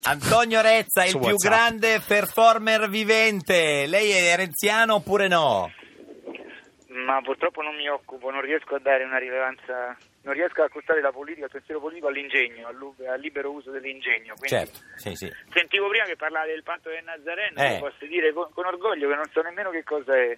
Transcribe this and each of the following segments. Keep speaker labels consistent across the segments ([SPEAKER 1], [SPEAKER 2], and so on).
[SPEAKER 1] Antonio Rezza, il più grande performer vivente. Lei è renziano oppure no?
[SPEAKER 2] Ma purtroppo non mi occupo, non riesco a dare una rilevanza, non riesco a accostare la politica, il pensiero politico all'ingegno, al libero uso dell'ingegno. Quindi
[SPEAKER 1] Certo, sì.
[SPEAKER 2] Sentivo prima che parlava del patto del Nazareno, posso dire con orgoglio che non so nemmeno che cosa è.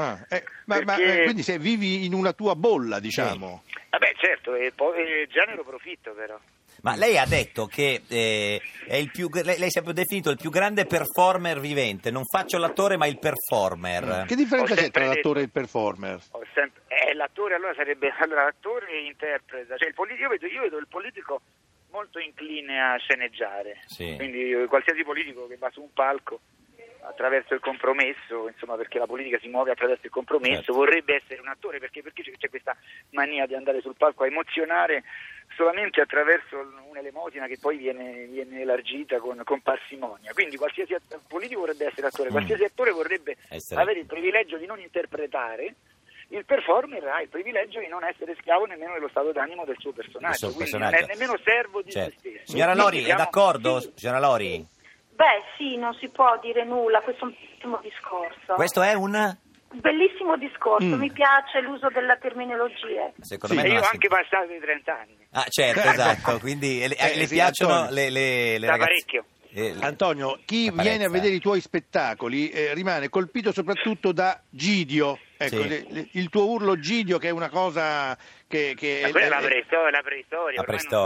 [SPEAKER 3] Quindi se vivi in una tua bolla, diciamo.
[SPEAKER 2] Sì. Vabbè, certo, è genero profitto però.
[SPEAKER 1] Ma lei ha detto che è il più, lei si è definito il più grande performer vivente. Non faccio l'attore, ma il performer.
[SPEAKER 3] Che differenza c'è tra l'attore e il performer?
[SPEAKER 2] L'attore allora sarebbe l'attore e interpreta. Cioè io vedo il politico molto incline a sceneggiare. Sì. Quindi qualsiasi politico che va su un palco attraverso il compromesso, insomma, perché la politica si muove attraverso il compromesso, certo, vorrebbe essere un attore, perché c'è questa mania di andare sul palco a emozionare solamente attraverso un'elemosina che poi viene elargita con parsimonia. Quindi qualsiasi politico vorrebbe essere attore, qualsiasi attore vorrebbe avere il privilegio di non interpretare. Il performer ha il privilegio di non essere schiavo nemmeno dello stato d'animo del suo personaggio, quindi non è nemmeno servo di se stesso.
[SPEAKER 1] Signora Lori, è d'accordo?
[SPEAKER 2] Sì.
[SPEAKER 1] Signora Lori?
[SPEAKER 4] Beh sì, non si può dire nulla, questo è un bellissimo discorso.
[SPEAKER 1] Questo è un
[SPEAKER 4] bellissimo discorso, mi piace l'uso della terminologia.
[SPEAKER 1] Secondo me
[SPEAKER 2] io ho anche passato i 30 anni.
[SPEAKER 1] Ah certo, esatto, quindi le piacciono le ragazze?
[SPEAKER 2] Parecchio.
[SPEAKER 3] Antonio, chi viene a vedere i tuoi spettacoli rimane colpito soprattutto da Gidio. Ecco, sì, il tuo urlo Gidio, che è una cosa che
[SPEAKER 2] ma quella è la preistoria.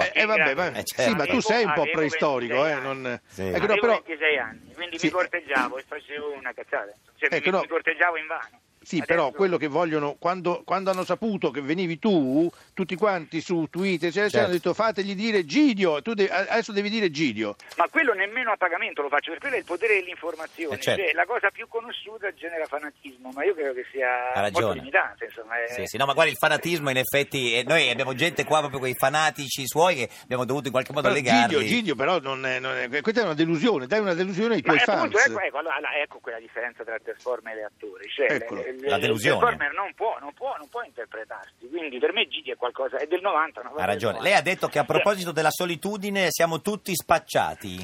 [SPEAKER 3] Certo. Sì, ma tu sei un po' preistorico,
[SPEAKER 2] avevo 26 anni, quindi mi corteggiavo e facevo una cazzata. Mi corteggiavo in vano.
[SPEAKER 3] Sì, adesso... però quello che vogliono, quando hanno saputo che venivi tu, tutti quanti su Twitter hanno detto fategli dire Gidio, adesso devi dire Gidio.
[SPEAKER 2] Ma quello nemmeno a pagamento lo faccio, perché quello è il potere dell'informazione, cioè, la cosa più conosciuta genera fanatismo, ma io credo che sia molto limitante. Insomma,
[SPEAKER 1] Sì, no, ma guarda, il fanatismo in effetti, noi abbiamo gente qua, proprio quei fanatici suoi che abbiamo dovuto in qualche modo legarli.
[SPEAKER 3] Gidio però questa è una delusione, dai una delusione ai tuoi fans.
[SPEAKER 2] Ecco quella differenza tra performer e attori, cioè,
[SPEAKER 1] la delusione.
[SPEAKER 2] Il performer non può interpretarsi, quindi per me Gigi è qualcosa, è del 90.
[SPEAKER 1] Ha ragione. Lei ha detto che a proposito della solitudine siamo tutti spacciati.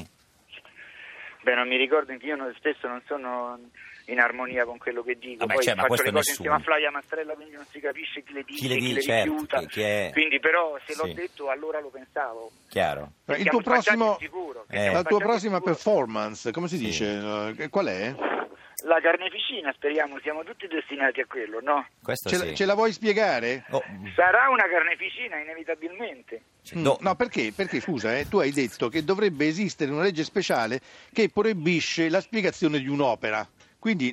[SPEAKER 2] Beh, non mi ricordo, io spesso non sono in armonia con quello che dico.
[SPEAKER 1] Vabbè,
[SPEAKER 2] poi
[SPEAKER 1] ma
[SPEAKER 2] faccio le cose
[SPEAKER 1] nessuno.
[SPEAKER 2] insieme a Flavia Mastrella, quindi non si capisce chi le dice, chi le
[SPEAKER 1] certo,
[SPEAKER 2] rifiuta.
[SPEAKER 1] chi è...
[SPEAKER 2] Quindi però se l'ho detto allora lo pensavo.
[SPEAKER 1] Chiaro.
[SPEAKER 3] Il tuo prossimo, la tua prossima performance, come si dice? Qual è?
[SPEAKER 2] La carneficina, speriamo, siamo tutti destinati a quello, no?
[SPEAKER 3] Ce la vuoi spiegare?
[SPEAKER 2] Sarà una carneficina, inevitabilmente.
[SPEAKER 3] No, perché? Perché, scusa, tu hai detto che dovrebbe esistere una legge speciale che proibisce la spiegazione di un'opera. Quindi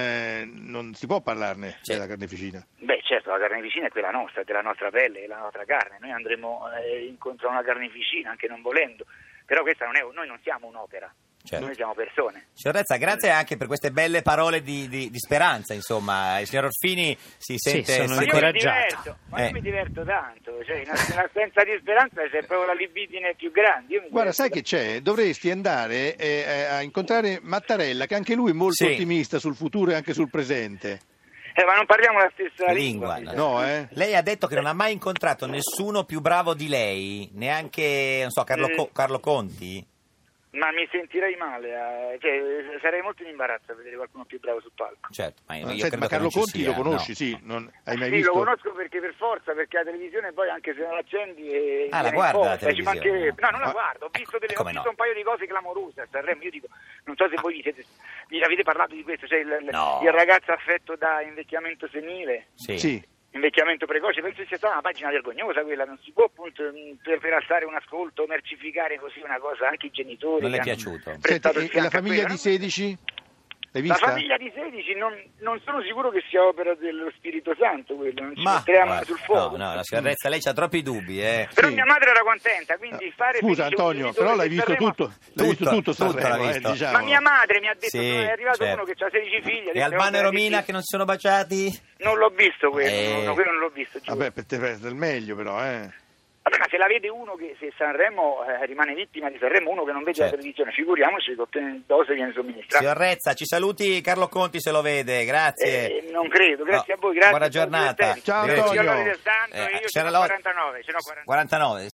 [SPEAKER 3] non si può parlarne della carneficina.
[SPEAKER 2] Beh, certo, la carneficina è quella nostra, della nostra pelle, della nostra carne. Noi andremo incontro a una carneficina, anche non volendo. Però questa noi non siamo un'opera. Certo. Noi siamo persone.
[SPEAKER 1] Signor Rezza, grazie anche per queste belle parole di speranza, insomma. Il signor Orfini si sente
[SPEAKER 2] incoraggiato. Ma io mi diverto tanto, cioè, in assenza di speranza c'è proprio la libidine più grande.
[SPEAKER 3] Guarda, sai che c'è? Dovresti andare a incontrare Mattarella, che anche lui è molto ottimista sul futuro e anche sul presente.
[SPEAKER 2] Ma non parliamo la stessa lingua.
[SPEAKER 3] No,
[SPEAKER 1] Lei ha detto che non ha mai incontrato nessuno più bravo di lei, neanche, non so, Carlo Conti?
[SPEAKER 2] Ma mi sentirei male, sarei molto in imbarazzo a vedere qualcuno più bravo sul palco.
[SPEAKER 1] Certo,
[SPEAKER 3] ma Carlo Conti lo conosci, sì? Hai mai visto?
[SPEAKER 2] Lo conosco perché per forza, perché la televisione poi anche se non l'accendi
[SPEAKER 1] la guarda la televisione?
[SPEAKER 2] No, non la guardo, ho visto un paio di cose clamorose a Sanremo. Io dico, non so se voi vi avete parlato di questo, cioè il ragazzo affetto da invecchiamento senile.
[SPEAKER 3] Sì.
[SPEAKER 2] Invecchiamento precoce, penso sia stata una pagina vergognosa quella, non si può appunto per alzare un ascolto mercificare così una cosa, anche i genitori.
[SPEAKER 1] Non le è piaciuto?
[SPEAKER 3] E la famiglia di 16? L'hai vista?
[SPEAKER 2] La famiglia di 16 non sono sicuro che sia opera dello Spirito Santo quello, non ci mettiamo sul fuoco.
[SPEAKER 1] No, la signora Rezza, lei c'ha troppi dubbi,
[SPEAKER 2] Però mia madre era contenta, quindi fare...
[SPEAKER 3] Scusa Antonio, però l'hai visto tutto? L'hai visto tutto Sanremo, diciamo.
[SPEAKER 2] Ma mia madre mi ha detto che è arrivato uno che ha 16 figli.
[SPEAKER 1] E Albano e Romina che non si sono baciati?
[SPEAKER 2] Non l'ho visto quello, quello non l'ho visto. Giuro.
[SPEAKER 3] Vabbè, per te è del meglio però,
[SPEAKER 2] Vabbè, ma se la vede uno che, se Sanremo rimane vittima di Sanremo, uno che non vede la televisione, figuriamoci che dose viene somministrato.
[SPEAKER 1] Signor Rezza, ci saluti Carlo Conti se lo vede, grazie.
[SPEAKER 2] Non credo, grazie a voi, grazie.
[SPEAKER 1] Buona giornata.
[SPEAKER 3] Ciao Antonio.
[SPEAKER 2] Io sono 49.
[SPEAKER 1] 49.